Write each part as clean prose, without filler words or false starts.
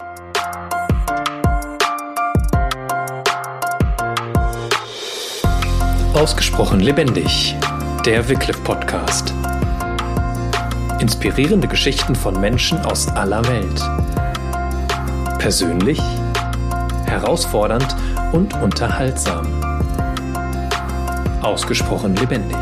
Ausgesprochen lebendig, der Wycliffe Podcast. Inspirierende Geschichten von Menschen aus aller Welt. Persönlich, herausfordernd und unterhaltsam. Ausgesprochen lebendig.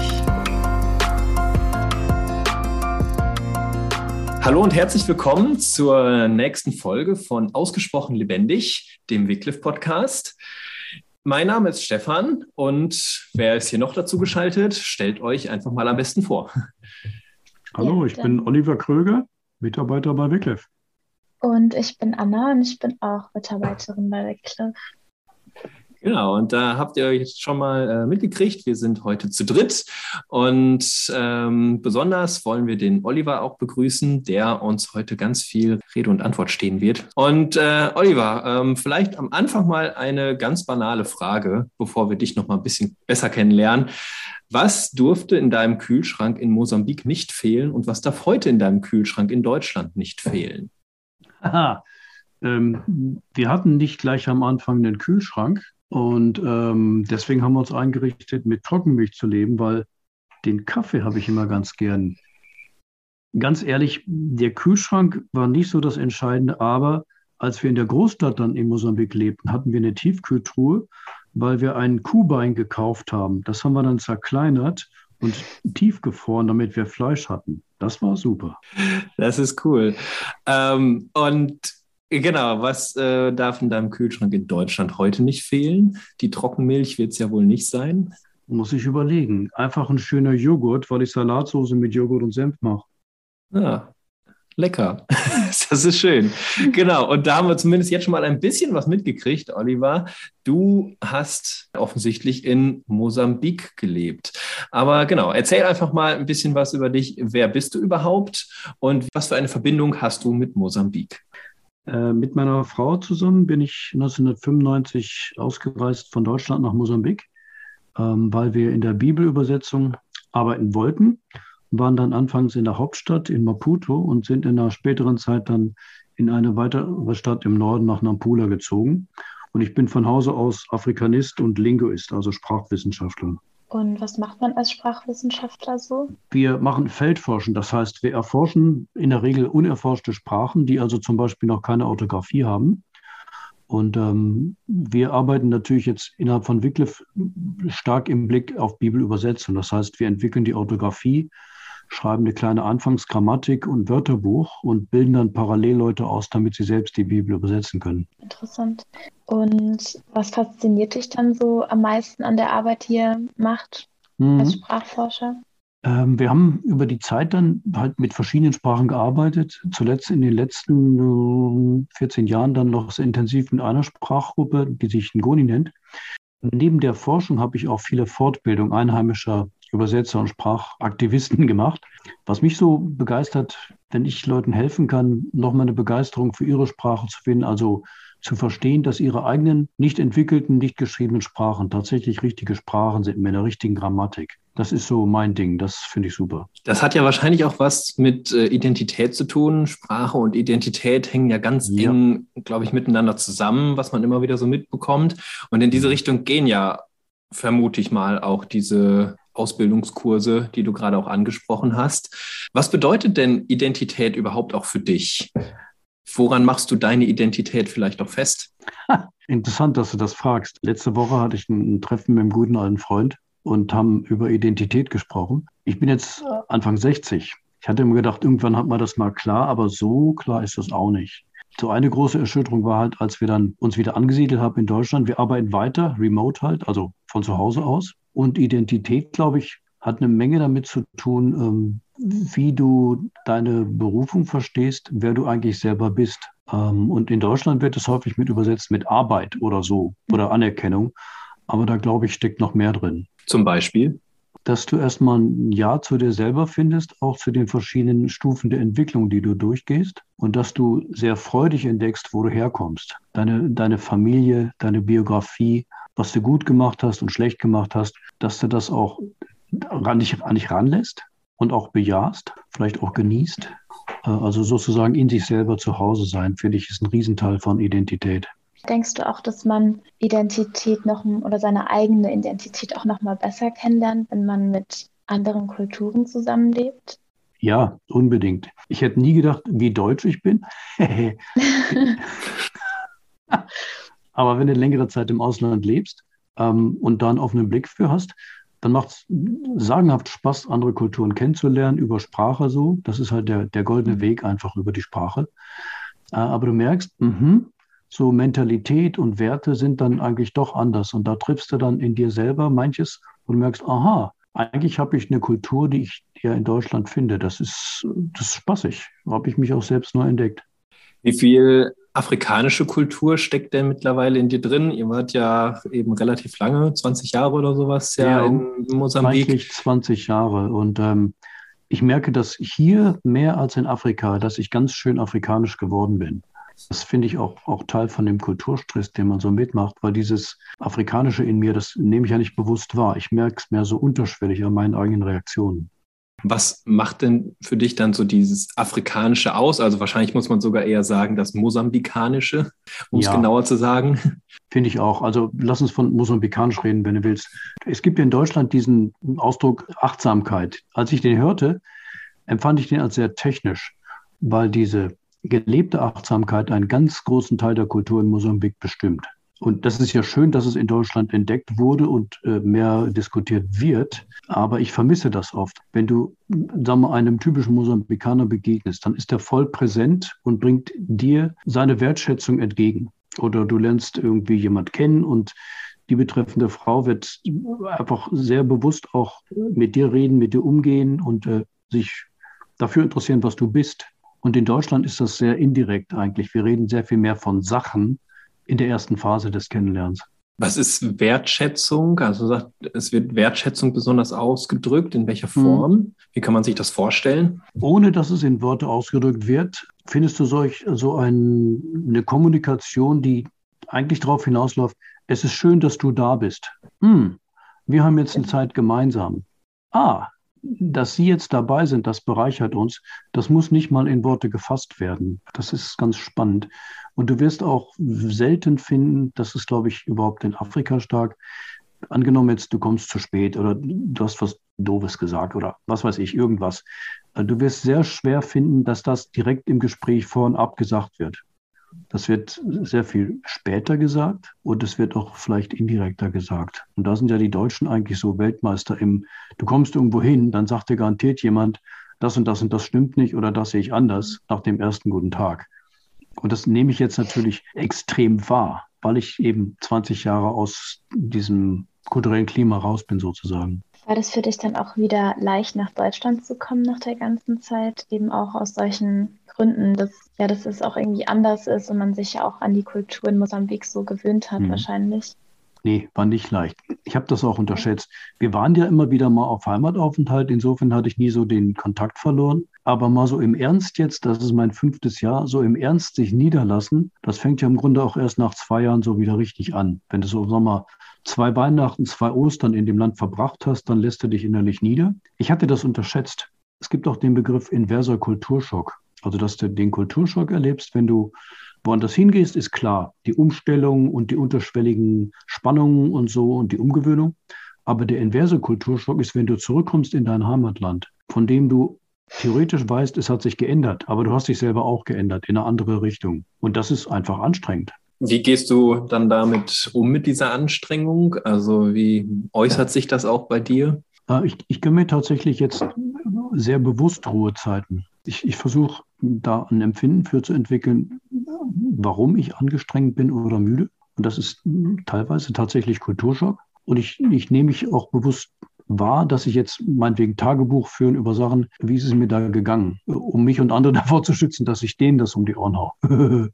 Hallo und herzlich willkommen zur nächsten Folge von Ausgesprochen lebendig, dem Wycliffe Podcast. Mein Name ist Stefan und wer ist hier noch dazu geschaltet? Stellt euch einfach mal am besten vor. Hallo, ich bin Oliver Kröger, Mitarbeiter bei Wycliffe. Und ich bin Anna und ich bin auch Mitarbeiterin bei Wycliffe. Genau, und da habt ihr jetzt schon mal mitgekriegt, wir sind heute zu dritt und besonders wollen wir den Oliver auch begrüßen, der uns heute ganz viel Rede und Antwort stehen wird. Und Oliver, vielleicht am Anfang mal eine ganz banale Frage, bevor wir dich noch mal ein bisschen besser kennenlernen. Was durfte in deinem Kühlschrank in Mosambik nicht fehlen und was darf heute in deinem Kühlschrank in Deutschland nicht fehlen? Aha, wir hatten nicht gleich am Anfang einen Kühlschrank. Und deswegen haben wir uns eingerichtet, mit Trockenmilch zu leben, weil den Kaffee habe ich immer ganz gern. Ganz ehrlich, der Kühlschrank war nicht so das Entscheidende, aber als wir in der Großstadt dann in Mosambik lebten, hatten wir eine Tiefkühltruhe, weil wir ein Kuhbein gekauft haben. Das haben wir dann zerkleinert und tiefgefroren, damit wir Fleisch hatten. Das war super. Das ist cool. Genau, was darf in deinem Kühlschrank in Deutschland heute nicht fehlen? Die Trockenmilch wird es ja wohl nicht sein. Muss ich überlegen. Einfach ein schöner Joghurt, weil ich Salatsauce mit Joghurt und Senf mache. Ja, lecker. Das ist schön. Genau, und da haben wir zumindest jetzt schon mal ein bisschen was mitgekriegt, Oliver. Du hast offensichtlich in Mosambik gelebt. Aber genau, erzähl einfach mal ein bisschen was über dich. Wer bist du überhaupt und was für eine Verbindung hast du mit Mosambik? Mit meiner Frau zusammen bin ich 1995 ausgereist von Deutschland nach Mosambik, weil wir in der Bibelübersetzung arbeiten wollten, waren dann anfangs in der Hauptstadt in Maputo und sind in einer späteren Zeit dann in eine weitere Stadt im Norden nach Nampula gezogen. Und ich bin von Hause aus Afrikanist und Linguist, also Sprachwissenschaftler. Und was macht man als Sprachwissenschaftler so? Wir machen Feldforschen, das heißt, wir erforschen in der Regel unerforschte Sprachen, die also zum Beispiel noch keine Orthographie haben. Und wir arbeiten natürlich jetzt innerhalb von Wycliffe stark im Blick auf Bibelübersetzung. Das heißt, wir entwickeln die Orthographie, schreiben eine kleine Anfangsgrammatik und Wörterbuch und bilden dann parallel Leute aus, damit sie selbst die Bibel übersetzen können. Interessant. Und was fasziniert dich dann so am meisten an der Arbeit, die ihr macht als Sprachforscher? Wir haben über die Zeit dann halt mit verschiedenen Sprachen gearbeitet. Zuletzt in den letzten 14 Jahren dann noch sehr intensiv mit einer Sprachgruppe, die sich Ngoni nennt. Neben der Forschung habe ich auch viele Fortbildungen einheimischer Übersetzer und Sprachaktivisten gemacht. Was mich so begeistert, wenn ich Leuten helfen kann, nochmal eine Begeisterung für ihre Sprache zu finden, also zu verstehen, dass ihre eigenen nicht entwickelten, nicht geschriebenen Sprachen tatsächlich richtige Sprachen sind mit einer richtigen Grammatik. Das ist so mein Ding, das finde ich super. Das hat ja wahrscheinlich auch was mit Identität zu tun. Sprache und Identität hängen ja ganz eng, glaube ich, miteinander zusammen, was man immer wieder so mitbekommt. Und in diese Richtung gehen ja, vermute ich mal, auch diese Ausbildungskurse, die du gerade auch angesprochen hast. Was bedeutet denn Identität überhaupt auch für dich? Woran machst du deine Identität vielleicht auch fest? Interessant, dass du das fragst. Letzte Woche hatte ich ein Treffen mit einem guten alten Freund und haben über Identität gesprochen. Ich bin jetzt Anfang 60. Ich hatte mir gedacht, irgendwann hat man das mal klar, aber so klar ist das auch nicht. So eine große Erschütterung war halt, als wir dann uns wieder angesiedelt haben in Deutschland. Wir arbeiten weiter, remote halt, also von zu Hause aus. Und Identität, glaube ich, hat eine Menge damit zu tun, wie du deine Berufung verstehst, wer du eigentlich selber bist. Und in Deutschland wird es häufig mit übersetzt mit Arbeit oder so oder Anerkennung. Aber da, glaube ich, steckt noch mehr drin. Zum Beispiel? Dass du erstmal ein Ja zu dir selber findest, auch zu den verschiedenen Stufen der Entwicklung, die du durchgehst. Und dass du sehr freudig entdeckst, wo du herkommst. Deine Familie, deine Biografie, was du gut gemacht hast und schlecht gemacht hast, dass du das auch an dich ranlässt und auch bejahst, vielleicht auch genießt Also sozusagen in sich selber zu Hause sein, finde ich, ist ein Riesenteil von Identität. Denkst du auch, dass man Identität noch oder seine eigene Identität auch noch mal besser kennenlernt, wenn man mit anderen Kulturen zusammenlebt? Ja, unbedingt. Ich hätte nie gedacht, wie deutsch ich bin. Aber wenn du längere Zeit im Ausland lebst und da einen offenen Blick für hast, dann macht es sagenhaft Spaß, andere Kulturen kennenzulernen, über Sprache so. Das ist halt der goldene Weg einfach über die Sprache. Aber du merkst, so Mentalität und Werte sind dann eigentlich doch anders. Und da triffst du dann in dir selber manches und merkst, aha, eigentlich habe ich eine Kultur, die ich ja in Deutschland finde. Das ist spaßig. Habe ich mich auch selbst nur entdeckt. Wie viel afrikanische Kultur steckt denn mittlerweile in dir drin? Ihr wart ja eben relativ lange, 20 Jahre oder sowas, ja, in Mosambik. Eigentlich 20 Jahre. Und ich merke, dass hier mehr als in Afrika, dass ich ganz schön afrikanisch geworden bin. Das finde ich auch Teil von dem Kulturstress, den man so mitmacht, weil dieses Afrikanische in mir, das nehme ich ja nicht bewusst wahr. Ich merke es mehr so unterschwellig an meinen eigenen Reaktionen. Was macht denn für dich dann so dieses Afrikanische aus? Also wahrscheinlich muss man sogar eher sagen, das Mosambikanische, um es genauer zu sagen. Finde ich auch. Also lass uns von Mosambikanisch reden, wenn du willst. Es gibt in Deutschland diesen Ausdruck Achtsamkeit. Als ich den hörte, empfand ich den als sehr technisch, weil diese gelebte Achtsamkeit einen ganz großen Teil der Kultur in Mosambik bestimmt. Und das ist ja schön, dass es in Deutschland entdeckt wurde und mehr diskutiert wird. Aber ich vermisse das oft. Wenn du, sagen wir, einem typischen Mosambikaner begegnest, dann ist er voll präsent und bringt dir seine Wertschätzung entgegen. Oder du lernst irgendwie jemand kennen und die betreffende Frau wird einfach sehr bewusst auch mit dir reden, mit dir umgehen und sich dafür interessieren, was du bist. Und in Deutschland ist das sehr indirekt eigentlich. Wir reden sehr viel mehr von Sachen in der ersten Phase des Kennenlernens. Was ist Wertschätzung? Also es wird Wertschätzung besonders ausgedrückt. In welcher Form? Wie kann man sich das vorstellen? Ohne dass es in Worte ausgedrückt wird, findest du eine Kommunikation, die eigentlich darauf hinausläuft, es ist schön, dass du da bist. Wir haben jetzt eine Zeit gemeinsam. Dass Sie jetzt dabei sind, das bereichert uns. Das muss nicht mal in Worte gefasst werden. Das ist ganz spannend. Und du wirst auch selten finden, das ist, glaube ich, überhaupt in Afrika stark, angenommen jetzt, du kommst zu spät oder du hast was Doofes gesagt oder was weiß ich, irgendwas. Du wirst sehr schwer finden, dass das direkt im Gespräch vor und ab gesagt wird. Das wird sehr viel später gesagt und es wird auch vielleicht indirekter gesagt. Und da sind ja die Deutschen eigentlich so Weltmeister du kommst irgendwo hin, dann sagt dir garantiert jemand, das und das und das stimmt nicht oder das sehe ich anders nach dem ersten guten Tag. Und das nehme ich jetzt natürlich extrem wahr, weil ich eben 20 Jahre aus diesem kulturellen Klima raus bin sozusagen. War das für dich dann auch wieder leicht, nach Deutschland zu kommen nach der ganzen Zeit? Eben auch aus solchen Gründen, dass es auch irgendwie anders ist und man sich ja auch an die Kultur in Mosambik so gewöhnt hat wahrscheinlich. Nee, war nicht leicht. Ich habe das auch unterschätzt. Wir waren ja immer wieder mal auf Heimataufenthalt. Insofern hatte ich nie so den Kontakt verloren. Aber mal so im Ernst jetzt, das ist mein 5. Jahr, so im Ernst sich niederlassen, das fängt ja im Grunde auch erst nach 2 Jahren so wieder richtig an. Wenn du so, sag mal, 2 Weihnachten, 2 Ostern in dem Land verbracht hast, dann lässt du dich innerlich nieder. Ich hatte das unterschätzt. Es gibt auch den Begriff inverser Kulturschock. Also, dass du den Kulturschock erlebst, wenn du woanders hingehst, ist klar. Die Umstellung und die unterschwelligen Spannungen und so und die Umgewöhnung. Aber der inverse Kulturschock ist, wenn du zurückkommst in dein Heimatland, von dem du theoretisch weißt, es hat sich geändert, aber du hast dich selber auch geändert in eine andere Richtung. Und das ist einfach anstrengend. Wie gehst du dann damit um mit dieser Anstrengung? Also wie äußert sich das auch bei dir? Ich gönne mir tatsächlich jetzt sehr bewusst Ruhezeiten. Ich versuche da ein Empfinden für zu entwickeln, warum ich angestrengt bin oder müde. Und das ist teilweise tatsächlich Kulturschock. Und ich nehme mich auch bewusst wahr, dass ich jetzt meinetwegen Tagebuch führen über Sachen, wie ist es mir da gegangen, um mich und andere davor zu schützen, dass ich denen das um die Ohren haue.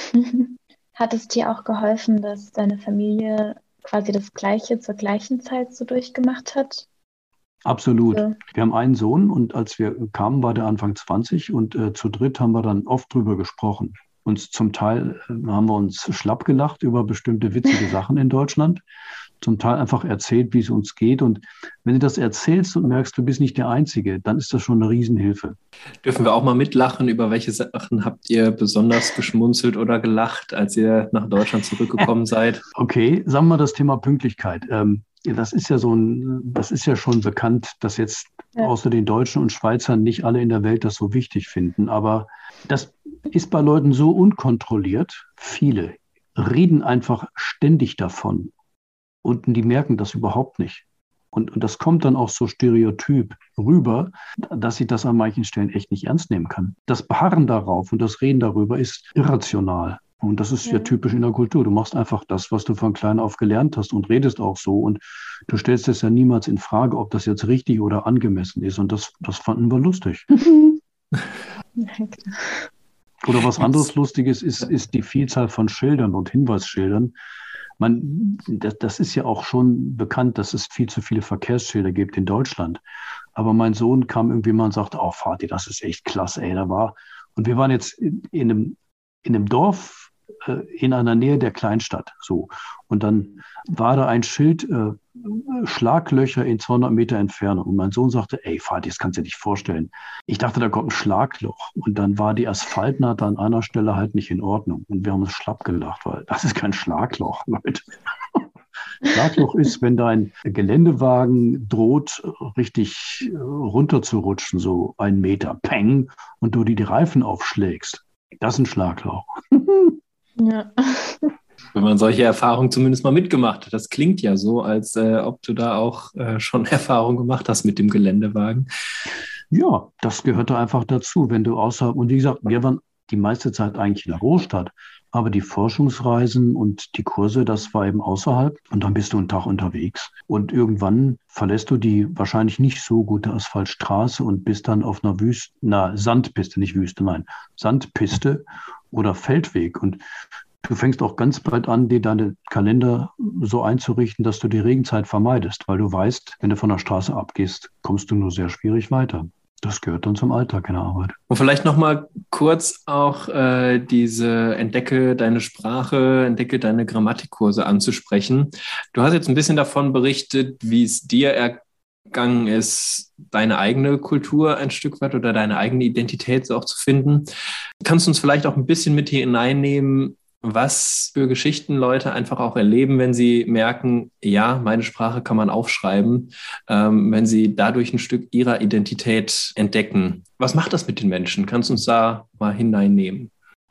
Hat es dir auch geholfen, dass deine Familie quasi das Gleiche zur gleichen Zeit so durchgemacht hat? Absolut. Wir haben einen Sohn und als wir kamen, war der Anfang 20 und zu dritt haben wir dann oft drüber gesprochen. Und zum Teil haben wir uns schlapp gelacht über bestimmte witzige Sachen in Deutschland. zum Teil einfach erzählt, wie es uns geht. Und wenn du das erzählst und merkst, du bist nicht der Einzige, dann ist das schon eine Riesenhilfe. Dürfen wir auch mal mitlachen? Über welche Sachen habt ihr besonders geschmunzelt oder gelacht, als ihr nach Deutschland zurückgekommen seid? Okay, sagen wir mal das Thema Pünktlichkeit. Das ist ja das ist ja schon bekannt, dass jetzt außer den Deutschen und Schweizern nicht alle in der Welt das so wichtig finden. Aber das ist bei Leuten so unkontrolliert. Viele reden einfach ständig davon und die merken das überhaupt nicht. Und das kommt dann auch so stereotyp rüber, dass ich das an manchen Stellen echt nicht ernst nehmen kann. Das Beharren darauf und das Reden darüber ist irrational. Und das ist ja typisch in der Kultur. Du machst einfach das, was du von klein auf gelernt hast und redest auch so. Und du stellst es ja niemals in Frage, ob das jetzt richtig oder angemessen ist. Und das fanden wir lustig. Oder was anderes Lustiges ist die Vielzahl von Schildern und Hinweisschildern. Das ist ja auch schon bekannt, dass es viel zu viele Verkehrsschilder gibt in Deutschland. Aber mein Sohn kam irgendwie mal und sagte, oh Vati, das ist echt klasse, ey, Und wir waren jetzt in einem Dorf in einer Nähe der Kleinstadt, so. Und dann war da ein Schild, Schlaglöcher in 200 Meter Entfernung. Und mein Sohn sagte, ey Vati, das kannst du dir nicht vorstellen. Ich dachte, da kommt ein Schlagloch. Und dann war die Asphaltnaht an einer Stelle halt nicht in Ordnung. Und wir haben uns schlapp gelacht, weil das ist kein Schlagloch, Leute. Schlagloch ist, wenn dein Geländewagen droht, richtig runterzurutschen, so 1 Meter, peng, und du die Reifen aufschlägst. Das ist ein Schlagloch. Ja. Wenn man solche Erfahrungen zumindest mal mitgemacht hat. Das klingt ja so, als ob du da auch schon Erfahrung gemacht hast mit dem Geländewagen. Ja, das gehörte einfach dazu, wenn du außerhalb, und wie gesagt, wir waren die meiste Zeit eigentlich in der Großstadt, aber die Forschungsreisen und die Kurse, das war eben außerhalb und dann bist du einen Tag unterwegs und irgendwann verlässt du die wahrscheinlich nicht so gute Asphaltstraße und bist dann auf einer Sandpiste, nicht Wüste, nein, Sandpiste oder Feldweg und du fängst auch ganz bald an, dir deine Kalender so einzurichten, dass du die Regenzeit vermeidest, weil du weißt, wenn du von der Straße abgehst, kommst du nur sehr schwierig weiter. Das gehört dann zum Alltag in der Arbeit. Und vielleicht noch mal kurz auch diese Entdecke deine Sprache, entdecke deine Grammatikkurse anzusprechen. Du hast jetzt ein bisschen davon berichtet, wie es dir ergangen ist, deine eigene Kultur ein Stück weit oder deine eigene Identität so auch zu finden. Kannst du uns vielleicht auch ein bisschen mit hier hineinnehmen, was für Geschichten Leute einfach auch erleben, wenn sie merken, ja, meine Sprache kann man aufschreiben, wenn sie dadurch ein Stück ihrer Identität entdecken. Was macht das mit den Menschen? Kannst du uns da mal hineinnehmen?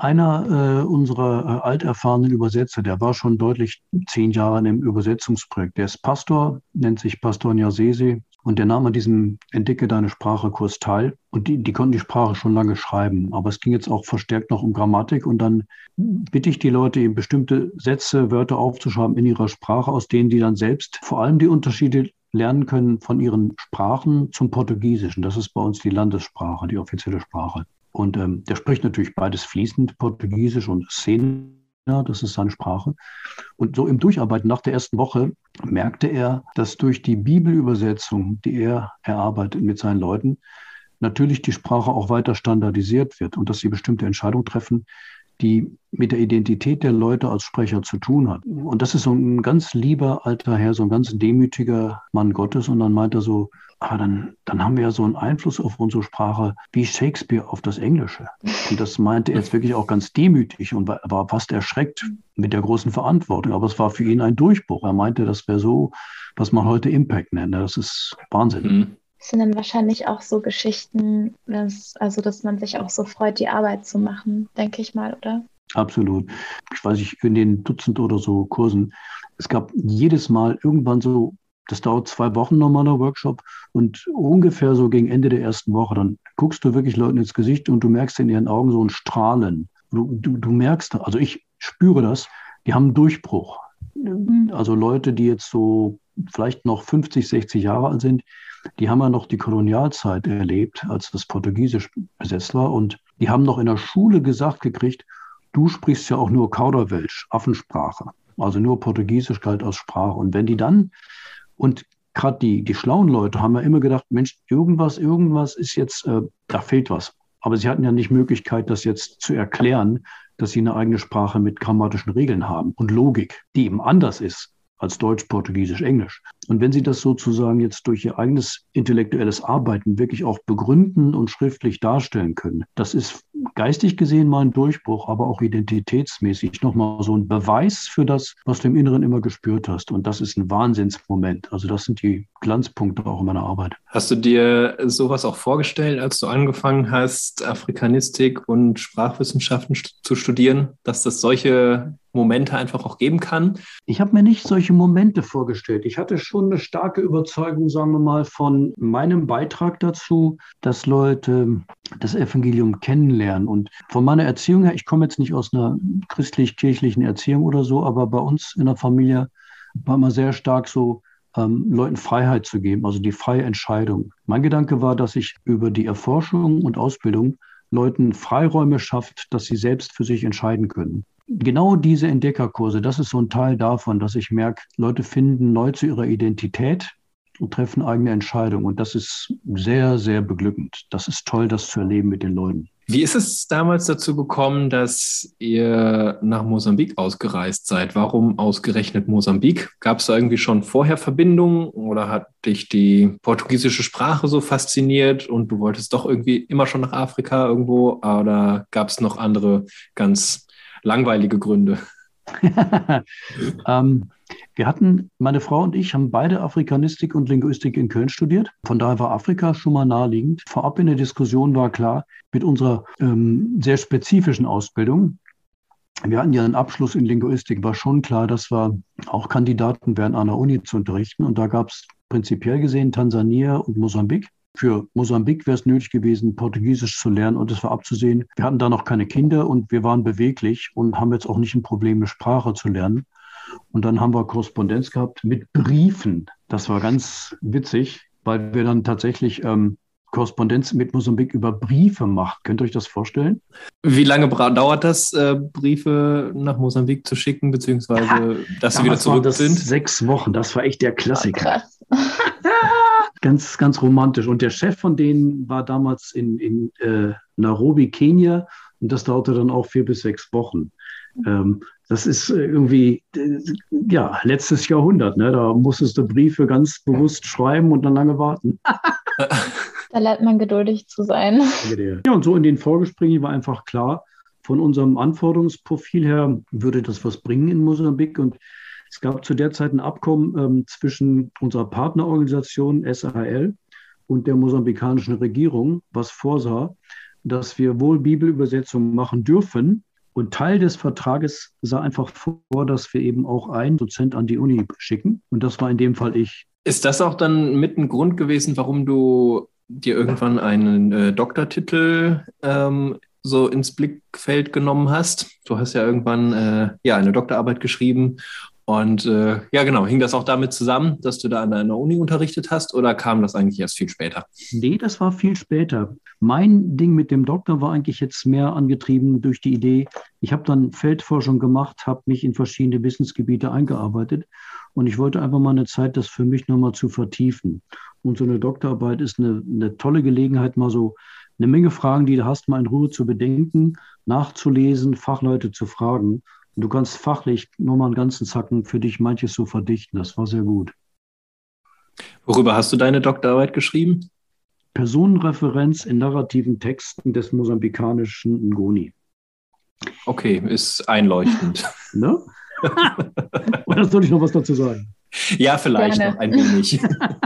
Einer unserer alterfahrenen Übersetzer, der war schon deutlich 10 Jahre in dem Übersetzungsprojekt. Der ist Pastor, nennt sich Pastor Nyasese und der nahm an diesem Entdecke deine Sprache-Kurs teil. Und die konnten die Sprache schon lange schreiben, aber es ging jetzt auch verstärkt noch um Grammatik und dann bitte ich die Leute, eben bestimmte Sätze, Wörter aufzuschreiben in ihrer Sprache, aus denen die dann selbst vor allem die Unterschiede lernen können von ihren Sprachen zum Portugiesischen. Das ist bei uns die Landessprache, die offizielle Sprache. Und der spricht natürlich beides fließend, Portugiesisch und Sena, das ist seine Sprache. Und so im Durcharbeiten nach der ersten Woche merkte er, dass durch die Bibelübersetzung, die er erarbeitet mit seinen Leuten, natürlich die Sprache auch weiter standardisiert wird und dass sie bestimmte Entscheidungen treffen, die mit der Identität der Leute als Sprecher zu tun hat. Und das ist so ein ganz lieber alter Herr, so ein ganz demütiger Mann Gottes. Und dann meint er so, aber dann haben wir ja so einen Einfluss auf unsere Sprache wie Shakespeare auf das Englische. Und das meinte er jetzt wirklich auch ganz demütig und war fast erschreckt mit der großen Verantwortung. Aber es war für ihn ein Durchbruch. Er meinte, das wäre so, was man heute Impact nennt. Das ist Wahnsinn. Mhm. Das sind dann wahrscheinlich auch so Geschichten, dass man sich auch so freut, die Arbeit zu machen, denke ich mal, oder? Absolut. Ich weiß nicht, in den Dutzend oder so Kursen, es gab jedes Mal irgendwann so, das dauert 2 Wochen normaler Workshop und ungefähr so gegen Ende der ersten Woche, dann guckst du wirklich Leuten ins Gesicht und du merkst in ihren Augen so ein Strahlen. Du merkst, also ich spüre das, die haben einen Durchbruch. Also Leute, die jetzt so vielleicht noch 50, 60 Jahre alt sind, die haben ja noch die Kolonialzeit erlebt, als das Portugiesisch besetzt war. Und die haben noch in der Schule gesagt gekriegt, du sprichst ja auch nur Kauderwelsch, Affensprache. Also nur Portugiesisch galt als Sprache. Und wenn die dann, und gerade die schlauen Leute haben ja immer gedacht, Mensch, irgendwas ist jetzt, da fehlt was. Aber sie hatten ja nicht Möglichkeit, das jetzt zu erklären, dass sie eine eigene Sprache mit grammatischen Regeln haben und Logik, die eben anders ist als Deutsch, Portugiesisch, Englisch. Und wenn Sie das sozusagen jetzt durch Ihr eigenes intellektuelles Arbeiten wirklich auch begründen und schriftlich darstellen können, das ist geistig gesehen mal ein Durchbruch, aber auch identitätsmäßig nochmal so ein Beweis für das, was du im Inneren immer gespürt hast. Und das ist ein Wahnsinnsmoment. Also das sind die Glanzpunkte auch in meiner Arbeit. Hast du dir sowas auch vorgestellt, als du angefangen hast, Afrikanistik und Sprachwissenschaften zu studieren, dass das solche Momente einfach auch geben kann? Ich habe mir nicht solche Momente vorgestellt. Ich hatte schon eine starke Überzeugung, sagen wir mal, von meinem Beitrag dazu, dass Leute das Evangelium kennenlernen. Und von meiner Erziehung her, ich komme jetzt nicht aus einer christlich-kirchlichen Erziehung oder so, aber bei uns in der Familie war immer sehr stark so, Leuten Freiheit zu geben, also die freie Entscheidung. Mein Gedanke war, dass ich über die Erforschung und Ausbildung Leuten Freiräume schafft, dass sie selbst für sich entscheiden können. Genau diese Entdeckerkurse, das ist so ein Teil davon, dass ich merke, Leute finden neu zu ihrer Identität und treffen eigene Entscheidungen. Und das ist sehr, sehr beglückend. Das ist toll, das zu erleben mit den Leuten. Wie ist es damals dazu gekommen, dass ihr nach Mosambik ausgereist seid? Warum ausgerechnet Mosambik? Gab es da irgendwie schon vorher Verbindungen oder hat dich die portugiesische Sprache so fasziniert und du wolltest doch irgendwie immer schon nach Afrika irgendwo? Oder gab es noch andere ganz langweilige Gründe? Meine Frau und ich haben beide Afrikanistik und Linguistik in Köln studiert. Von daher war Afrika schon mal naheliegend. Vorab in der Diskussion war klar, mit unserer sehr spezifischen Ausbildung, wir hatten ja einen Abschluss in Linguistik, war schon klar, dass wir auch Kandidaten wären, an der Uni zu unterrichten. Und da gab es prinzipiell gesehen Tansania und Mosambik. Für Mosambik wäre es nötig gewesen, Portugiesisch zu lernen und es war abzusehen. Wir hatten da noch keine Kinder und wir waren beweglich und haben jetzt auch nicht ein Problem, eine Sprache zu lernen. Und dann haben wir Korrespondenz gehabt mit Briefen. Das war ganz witzig, weil wir dann tatsächlich Korrespondenz mit Mosambik über Briefe macht. Könnt ihr euch das vorstellen? Wie lange dauert das, Briefe nach Mosambik zu schicken, beziehungsweise dass sie wieder zurück sind? 6 Wochen, das war echt der Klassiker. Oh, krass. Ganz, ganz romantisch. Und der Chef von denen war damals in Nairobi, Kenia. Und das dauerte dann auch 4 bis 6 Wochen. Das ist irgendwie, ja, letztes Jahrhundert. Ne? Da musstest du Briefe ganz bewusst schreiben und dann lange warten. Da lernt man geduldig zu sein. Ja, und so in den Vorgesprächen war einfach klar, von unserem Anforderungsprofil her würde das was bringen in Mosambik. Und es gab zu der Zeit ein Abkommen zwischen unserer Partnerorganisation SAL und der mosambikanischen Regierung, was vorsah, dass wir wohl Bibelübersetzungen machen dürfen. Und Teil des Vertrages sah einfach vor, dass wir eben auch einen Dozent an die Uni schicken. Und das war in dem Fall ich. Ist das auch dann mit ein Grund gewesen, warum du dir irgendwann einen Doktortitel so ins Blickfeld genommen hast? Du hast ja irgendwann eine Doktorarbeit geschrieben. Und ja, genau, hing das auch damit zusammen, dass du da an einer Uni unterrichtet hast oder kam das eigentlich erst viel später? Nee, das war viel später. Mein Ding mit dem Doktor war eigentlich jetzt mehr angetrieben durch die Idee, ich habe dann Feldforschung gemacht, habe mich in verschiedene Wissensgebiete eingearbeitet und ich wollte einfach mal eine Zeit, das für mich nochmal zu vertiefen. Und so eine Doktorarbeit ist eine tolle Gelegenheit, mal so eine Menge Fragen, die du hast, mal in Ruhe zu bedenken, nachzulesen, Fachleute zu fragen. Und du kannst fachlich nochmal einen ganzen Zacken für dich manches so verdichten. Das war sehr gut. Worüber hast du deine Doktorarbeit geschrieben? Personenreferenz in narrativen Texten des mosambikanischen Ngoni. Okay, ist einleuchtend. Ne? Oder soll ich noch was dazu sagen? Ja, vielleicht Gerne. noch ein wenig.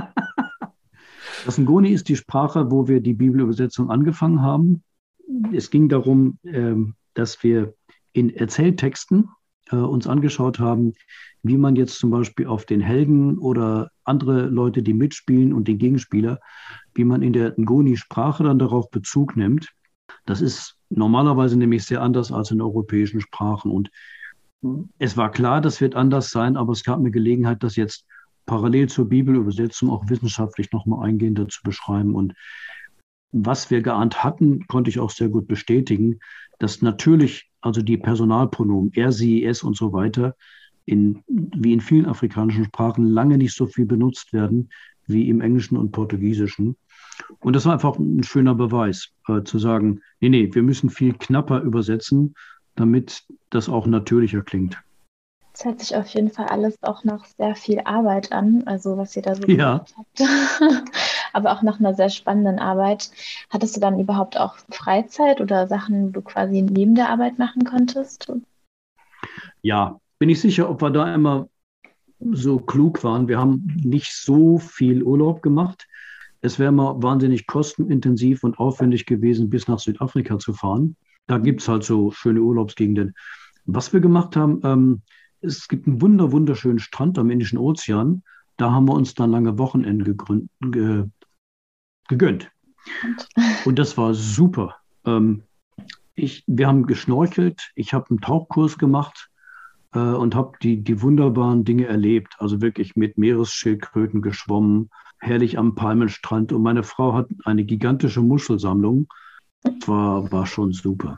Das Ngoni ist die Sprache, wo wir die Bibelübersetzung angefangen haben. Es ging darum, dass wir in Erzähltexten uns angeschaut haben, wie man jetzt zum Beispiel auf den Helden oder andere Leute, die mitspielen und den Gegenspieler, wie man in der Ngoni-Sprache dann darauf Bezug nimmt. Das ist normalerweise nämlich sehr anders als in europäischen Sprachen. Und es war klar, das wird anders sein, aber es gab eine Gelegenheit, das jetzt parallel zur Bibelübersetzung auch wissenschaftlich nochmal eingehender zu beschreiben. Und was wir geahnt hatten, konnte ich auch sehr gut bestätigen, dass natürlich also die Personalpronomen er, sie, es und so weiter wie in vielen afrikanischen Sprachen lange nicht so viel benutzt werden wie im Englischen und Portugiesischen. Und das war einfach ein schöner Beweis, zu sagen, nee, wir müssen viel knapper übersetzen, damit das auch natürlicher klingt. Es hört sich auf jeden Fall alles auch nach sehr viel Arbeit an, also was ihr da so Ja, gemacht habt. Aber auch nach einer sehr spannenden Arbeit. Hattest du dann überhaupt auch Freizeit oder Sachen, die du quasi neben der Arbeit machen konntest? ja. Bin ich sicher, ob wir da immer so klug waren. Wir haben nicht so viel Urlaub gemacht. Es wäre mal wahnsinnig kostenintensiv und aufwendig gewesen, bis nach Südafrika zu fahren. Da gibt es halt so schöne Urlaubsgegenden. Was wir gemacht haben, es gibt einen wunderschönen Strand am Indischen Ozean. Da haben wir uns dann lange Wochenende gegönnt. Und, Und das war super. Wir haben geschnorchelt, ich habe einen Tauchkurs gemacht und habe die wunderbaren Dinge erlebt. Also wirklich mit Meeresschildkröten geschwommen, herrlich am Palmenstrand. Und meine Frau hat eine gigantische Muschelsammlung. War schon super.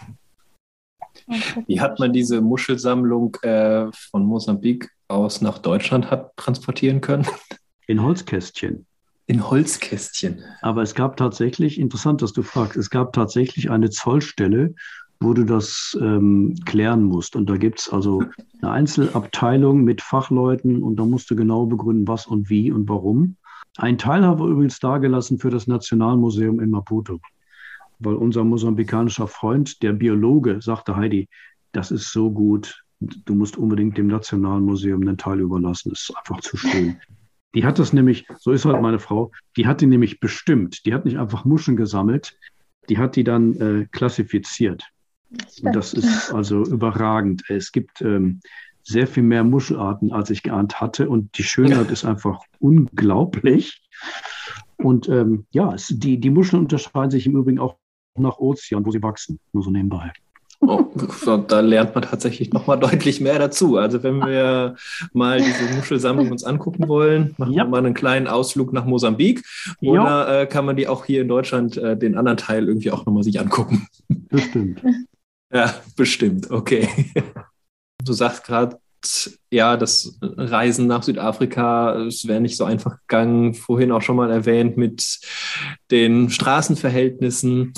Wie hat man diese Muschelsammlung von Mosambik aus nach Deutschland hat transportieren können? In Holzkästchen. In Holzkästchen. Aber es gab tatsächlich, interessant, dass du fragst, es gab tatsächlich eine Zollstelle, wo du das klären musst. Und da gibt es also eine Einzelabteilung mit Fachleuten und da musst du genau begründen, was und wie und warum. Ein Teil haben wir übrigens dagelassen für das Nationalmuseum in Maputo, weil unser mosambikanischer Freund, der Biologe, sagte, Heidi, das ist so gut, du musst unbedingt dem Nationalmuseum einen Teil überlassen, das ist einfach zu schön. Die hat das nämlich, so ist halt meine Frau, die hat die nämlich bestimmt. Die hat nicht einfach Muscheln gesammelt, die hat die dann klassifiziert. Und das ist also überragend. Es gibt sehr viel mehr Muschelarten, als ich geahnt hatte. Und die Schönheit ist einfach unglaublich. Und die Muscheln unterscheiden sich im Übrigen auch nach Ozean, wo sie wachsen. Nur so nebenbei. Oh, da lernt man tatsächlich nochmal deutlich mehr dazu. Also wenn wir mal diese Muschelsammlung uns angucken wollen, machen wir mal einen kleinen Ausflug nach Mosambik oder kann man die auch hier in Deutschland den anderen Teil irgendwie auch nochmal sich angucken? Bestimmt. Ja, bestimmt, okay. Du sagst gerade, ja, das Reisen nach Südafrika, es wäre nicht so einfach gegangen, vorhin auch schon mal erwähnt mit den Straßenverhältnissen.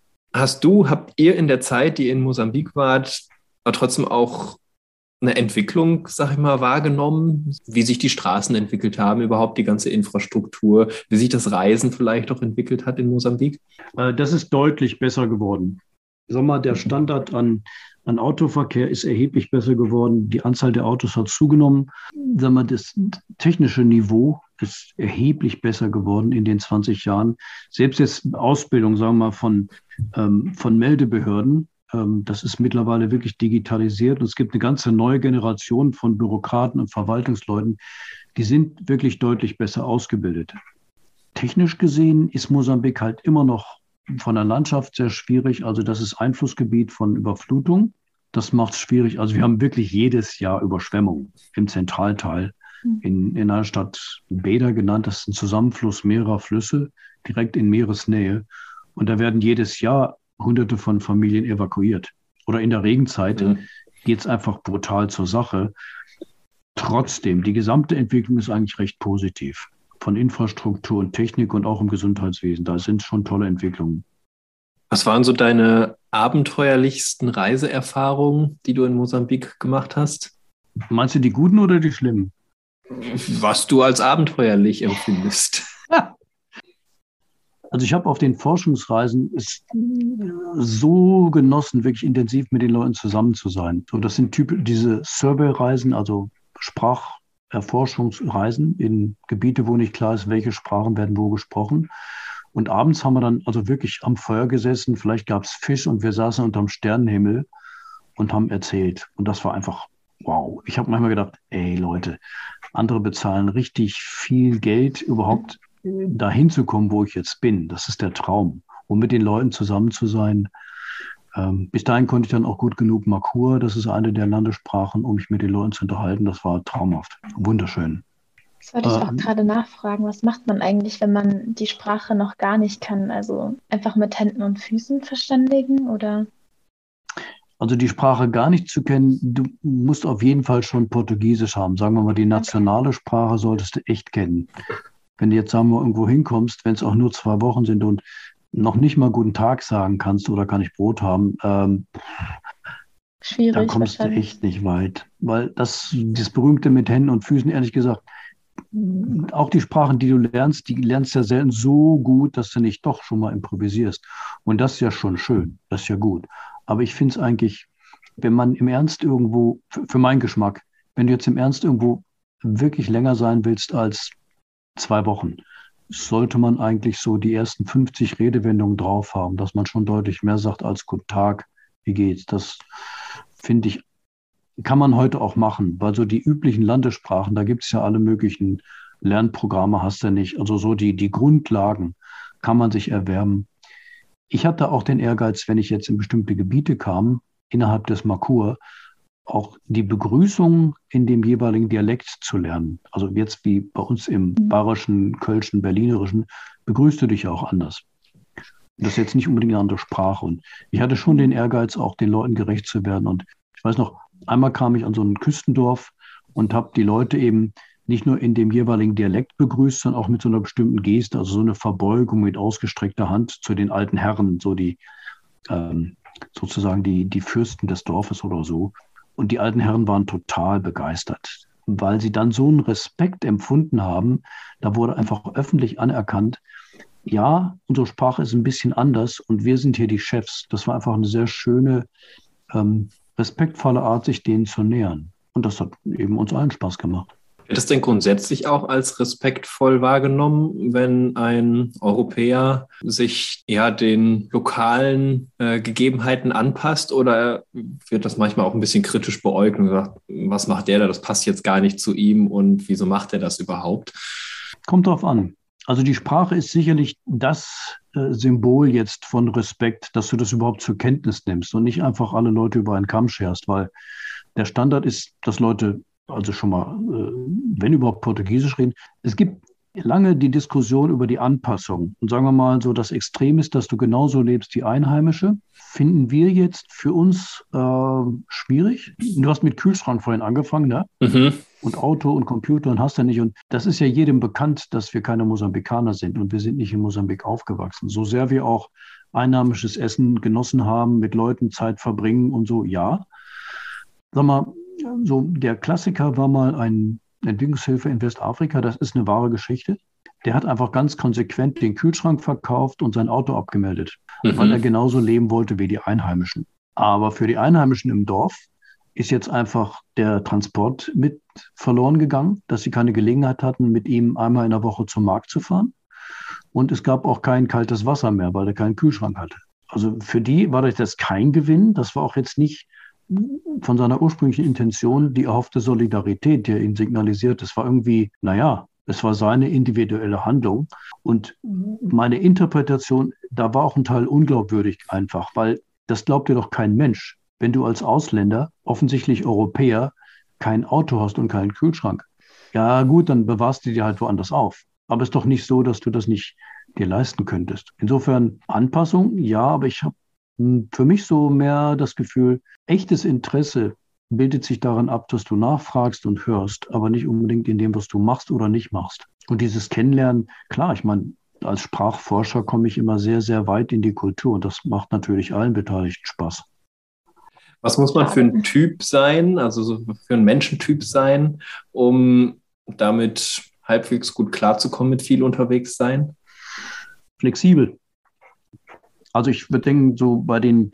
Habt ihr in der Zeit, die ihr in Mosambik wart, aber trotzdem auch eine Entwicklung, sag ich mal, wahrgenommen, wie sich die Straßen entwickelt haben, überhaupt die ganze Infrastruktur, wie sich das Reisen vielleicht auch entwickelt hat in Mosambik? Das ist deutlich besser geworden. Sag mal, der Standard an Autoverkehr ist erheblich besser geworden. Die Anzahl der Autos hat zugenommen. Sag mal, das technische Niveau ist erheblich besser geworden in den 20 Jahren. Selbst jetzt Ausbildung, sagen wir mal, von Meldebehörden, das ist mittlerweile wirklich digitalisiert. Und es gibt eine ganze neue Generation von Bürokraten und Verwaltungsleuten, die sind wirklich deutlich besser ausgebildet. Technisch gesehen ist Mosambik halt immer noch von der Landschaft sehr schwierig. Also das ist Einflussgebiet von Überflutung. Das macht es schwierig. Also wir haben wirklich jedes Jahr Überschwemmungen im Zentralteil. In einer Stadt Beda genannt, das ist ein Zusammenfluss mehrerer Flüsse, direkt in Meeresnähe. Und da werden jedes Jahr Hunderte von Familien evakuiert. Oder in der Regenzeit geht es einfach brutal zur Sache. Trotzdem, die gesamte Entwicklung ist eigentlich recht positiv. Von Infrastruktur und Technik und auch im Gesundheitswesen. Da sind schon tolle Entwicklungen. Was waren so deine abenteuerlichsten Reiseerfahrungen, die du in Mosambik gemacht hast? Meinst du die guten oder die schlimmen? Was du als abenteuerlich empfindest. Also ich habe auf den Forschungsreisen es so genossen, wirklich intensiv mit den Leuten zusammen zu sein. So, das sind diese Survey-Reisen, also Spracherforschungsreisen in Gebiete, wo nicht klar ist, welche Sprachen werden wo gesprochen. Und abends haben wir dann also wirklich am Feuer gesessen, vielleicht gab es Fisch und wir saßen unterm Sternenhimmel und haben erzählt. Und das war einfach wow. Ich habe manchmal gedacht, ey Leute, andere bezahlen richtig viel Geld, überhaupt dahin zu kommen, wo ich jetzt bin. Das ist der Traum. Um mit den Leuten zusammen zu sein. Bis dahin konnte ich dann auch gut genug Makur, das ist eine der Landessprachen, um mich mit den Leuten zu unterhalten. Das war traumhaft. Wunderschön. Das wollte ich auch gerade nachfragen. Was macht man eigentlich, wenn man die Sprache noch gar nicht kann? Also einfach mit Händen und Füßen verständigen oder? Also die Sprache gar nicht zu kennen, du musst auf jeden Fall schon Portugiesisch haben. Sagen wir mal, die nationale Sprache solltest du echt kennen. Wenn du jetzt, sagen wir, irgendwo hinkommst, wenn es auch nur 2 Wochen sind und noch nicht mal guten Tag sagen kannst oder kann ich Brot haben, Da schwierig kommst du wahrscheinlich. echt nicht weit, weil das Berühmte mit Händen und Füßen, ehrlich gesagt, auch die Sprachen, die du lernst, die lernst ja selten so gut, dass du nicht doch schon mal improvisierst. Und das ist ja schon schön, das ist ja gut. Aber ich finde es eigentlich, wenn man im Ernst irgendwo, für meinen Geschmack, wenn du jetzt im Ernst irgendwo wirklich länger sein willst als 2 Wochen, sollte man eigentlich so die ersten 50 Redewendungen drauf haben, dass man schon deutlich mehr sagt als Guten Tag, wie geht's? Das finde ich, kann man heute auch machen, weil so die üblichen Landessprachen, da gibt es ja alle möglichen Lernprogramme, hast du nicht. Also so die Grundlagen kann man sich erwerben. Ich hatte auch den Ehrgeiz, wenn ich jetzt in bestimmte Gebiete kam, innerhalb des Merkur, auch die Begrüßung in dem jeweiligen Dialekt zu lernen. Also jetzt wie bei uns im Bayerischen, Kölschen, Berlinerischen, begrüßt du dich ja auch anders. Das ist jetzt nicht unbedingt eine andere Sprache. Und ich hatte schon den Ehrgeiz, auch den Leuten gerecht zu werden. Und ich weiß noch, einmal kam ich an so ein Küstendorf und habe die Leute eben nicht nur in dem jeweiligen Dialekt begrüßt, sondern auch mit so einer bestimmten Geste, also so eine Verbeugung mit ausgestreckter Hand zu den alten Herren, so die sozusagen die Fürsten des Dorfes oder so. Und die alten Herren waren total begeistert, weil sie dann so einen Respekt empfunden haben. Da wurde einfach öffentlich anerkannt, ja, unsere Sprache ist ein bisschen anders und wir sind hier die Chefs. Das war einfach eine sehr schöne, respektvolle Art, sich denen zu nähern. Und das hat eben uns allen Spaß gemacht. Wird es denn grundsätzlich auch als respektvoll wahrgenommen, wenn ein Europäer sich ja den lokalen Gegebenheiten anpasst, oder wird das manchmal auch ein bisschen kritisch beäugt und gesagt, was macht der da? Das passt jetzt gar nicht zu ihm und wieso macht er das überhaupt? Kommt drauf an. Also die Sprache ist sicherlich das Symbol jetzt von Respekt, dass du das überhaupt zur Kenntnis nimmst und nicht einfach alle Leute über einen Kamm scherst, weil der Standard ist, dass Leute also schon mal, wenn überhaupt Portugiesisch reden. Es gibt lange die Diskussion über die Anpassung. Und sagen wir mal so, das Extrem ist, dass du genauso lebst wie Einheimische. Finden wir jetzt für uns schwierig. Du hast mit Kühlschrank vorhin angefangen, ne? Mhm. Und Auto und Computer und hast ja nicht. Und das ist ja jedem bekannt, dass wir keine Mosambikaner sind und wir sind nicht in Mosambik aufgewachsen. So sehr wir auch einheimisches Essen genossen haben, mit Leuten Zeit verbringen und so, ja. Sag mal, so der Klassiker war mal ein Entwicklungshilfe in Westafrika, das ist eine wahre Geschichte. Der hat einfach ganz konsequent den Kühlschrank verkauft und sein Auto abgemeldet, weil er genauso leben wollte wie die Einheimischen. Aber für die Einheimischen im Dorf ist jetzt einfach der Transport mit verloren gegangen, dass sie keine Gelegenheit hatten, mit ihm einmal in der Woche zum Markt zu fahren. Und es gab auch kein kaltes Wasser mehr, weil er keinen Kühlschrank hatte. Also für die war das kein Gewinn. Das war auch jetzt nicht von seiner ursprünglichen Intention die erhoffte Solidarität, die er ihm signalisiert. Es war irgendwie, naja, es war seine individuelle Handlung. Und meine Interpretation, da war auch ein Teil unglaubwürdig einfach, weil das glaubt dir doch kein Mensch, wenn du als Ausländer, offensichtlich Europäer, kein Auto hast und keinen Kühlschrank. Ja gut, dann bewahrst du dir halt woanders auf. Aber es ist doch nicht so, dass du das nicht dir leisten könntest. Insofern Anpassung, ja, aber ich habe für mich so mehr das Gefühl, echtes Interesse bildet sich daran ab, dass du nachfragst und hörst, aber nicht unbedingt in dem, was du machst oder nicht machst. Und dieses Kennenlernen, klar, ich meine, als Sprachforscher komme ich immer sehr, sehr weit in die Kultur und das macht natürlich allen Beteiligten Spaß. Was muss man für ein Typ sein, also so für ein Menschentyp sein, um damit halbwegs gut klarzukommen mit viel unterwegs sein? Flexibel. Also ich würde denken, so bei den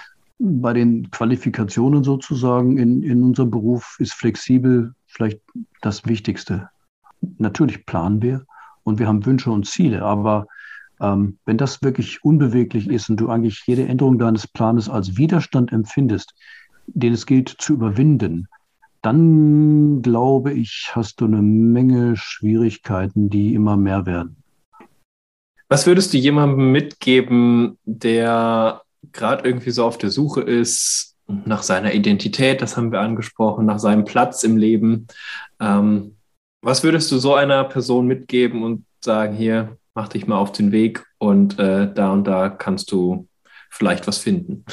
Qualifikationen sozusagen in unserem Beruf ist flexibel vielleicht das Wichtigste. Natürlich planen wir und wir haben Wünsche und Ziele, aber wenn das wirklich unbeweglich ist und du eigentlich jede Änderung deines Planes als Widerstand empfindest, den es gilt zu überwinden, dann glaube ich, hast du eine Menge Schwierigkeiten, die immer mehr werden. Was würdest du jemandem mitgeben, der gerade irgendwie so auf der Suche ist nach seiner Identität, das haben wir angesprochen, nach seinem Platz im Leben? Was würdest du so einer Person mitgeben und sagen, hier, mach dich mal auf den Weg und da kannst du vielleicht was finden?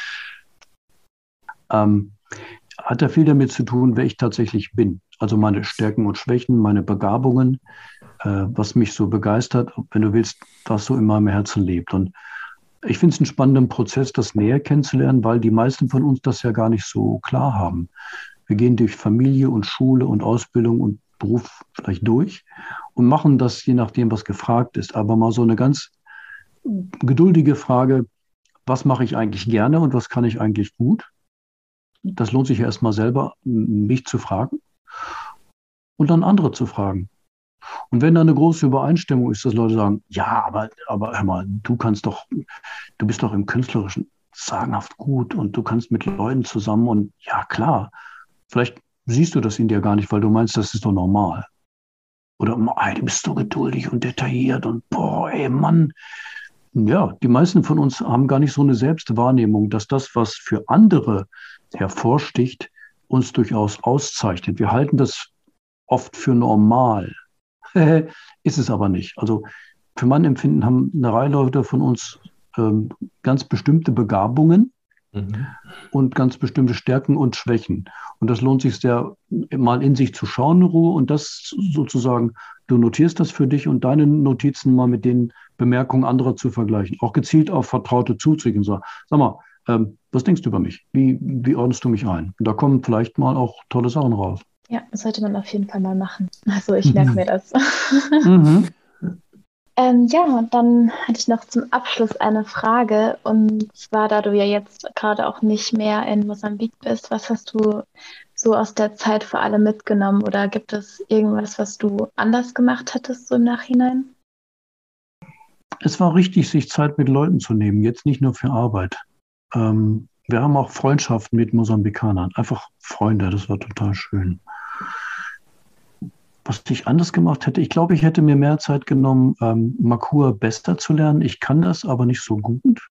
Hat ja viel damit zu tun, wer ich tatsächlich bin. Also meine Stärken und Schwächen, meine Begabungen, was mich so begeistert, wenn du willst, was so in meinem Herzen lebt. Und Ich finde es einen spannenden Prozess, das näher kennenzulernen, weil die meisten von uns das ja gar nicht so klar haben. Wir gehen durch Familie und Schule und Ausbildung und Beruf vielleicht durch und machen das, je nachdem, was gefragt ist. Aber mal so eine ganz geduldige Frage, was mache ich eigentlich gerne und was kann ich eigentlich gut? Das lohnt sich ja erstmal selber, mich zu fragen und dann andere zu fragen. Und wenn da eine große Übereinstimmung ist, dass Leute sagen, ja, aber hör mal, du bist doch im Künstlerischen sagenhaft gut und du kannst mit Leuten zusammen und ja, klar, vielleicht siehst du das in dir gar nicht, weil du meinst, das ist doch normal. Oder, ey, du bist so geduldig und detailliert und boah, ey, Mann. Ja, die meisten von uns haben gar nicht so eine Selbstwahrnehmung, dass das, was für andere hervorsticht, uns durchaus auszeichnet. Wir halten das oft für normal. Ist es aber nicht. Also für mein Empfinden haben eine Reihe Leute von uns ganz bestimmte Begabungen und ganz bestimmte Stärken und Schwächen. Und das lohnt sich sehr, mal in sich zu schauen in Ruhe und das sozusagen, du notierst das für dich und deine Notizen mal mit den Bemerkungen anderer zu vergleichen. Auch gezielt auf Vertraute zuzugehen und sagen, sag mal, was denkst du über mich? Wie ordnest du mich ein? Und da kommen vielleicht mal auch tolle Sachen raus. Ja, das sollte man auf jeden Fall mal machen. Also ich merke mir das. Mhm. Ja, und dann hatte ich noch zum Abschluss eine Frage. Und zwar, da du ja jetzt gerade auch nicht mehr in Mosambik bist, was hast du so aus der Zeit für alle mitgenommen? Oder gibt es irgendwas, was du anders gemacht hättest, so im Nachhinein? Es war richtig, sich Zeit mit Leuten zu nehmen, jetzt nicht nur für Arbeit. Wir haben auch Freundschaften mit Mosambikanern, einfach Freunde, das war total schön. Was ich anders gemacht hätte, ich glaube, ich hätte mir mehr Zeit genommen, Makua besser zu lernen. Ich kann das aber nicht so gut.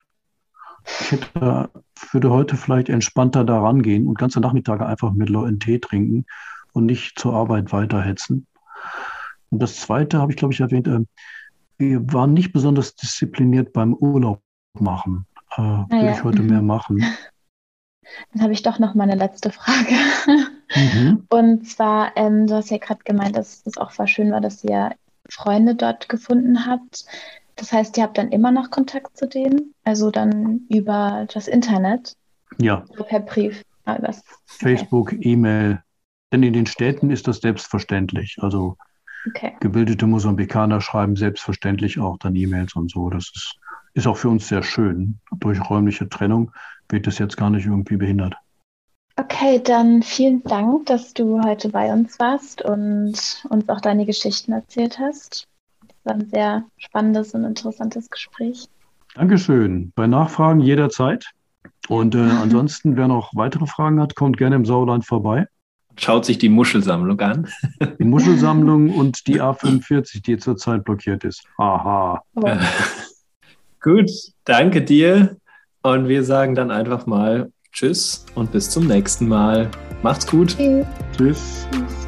Würde heute vielleicht entspannter da rangehen und ganze Nachmittage einfach mit Leuten Tee trinken und nicht zur Arbeit weiterhetzen. Und das Zweite habe ich, glaube ich, erwähnt, wir waren nicht besonders diszipliniert beim Urlaub machen. Würde ich heute mehr machen. Dann habe ich doch noch mal eine letzte Frage. Und zwar, du hast ja gerade gemeint, dass es auch voll schön war, dass ihr Freunde dort gefunden habt. Das heißt, ihr habt dann immer noch Kontakt zu denen? Also dann über das Internet? Ja. Oder per Brief? Facebook, E-Mail. Denn in den Städten ist das selbstverständlich. Also gebildete Mosambikaner schreiben selbstverständlich auch dann E-Mails und so. Das ist auch für uns sehr schön. Durch räumliche Trennung wird das jetzt gar nicht irgendwie behindert. Okay, dann vielen Dank, dass du heute bei uns warst und uns auch deine Geschichten erzählt hast. Das war ein sehr spannendes und interessantes Gespräch. Dankeschön. Bei Nachfragen jederzeit. Und ansonsten, wer noch weitere Fragen hat, kommt gerne im Sauerland vorbei. Schaut sich die Muschelsammlung an. Die Muschelsammlung und die A45, die zurzeit blockiert ist. Aha. Oh. Gut, danke dir. Und wir sagen dann einfach mal Tschüss und bis zum nächsten Mal. Macht's gut. Tschüss. Tschüss.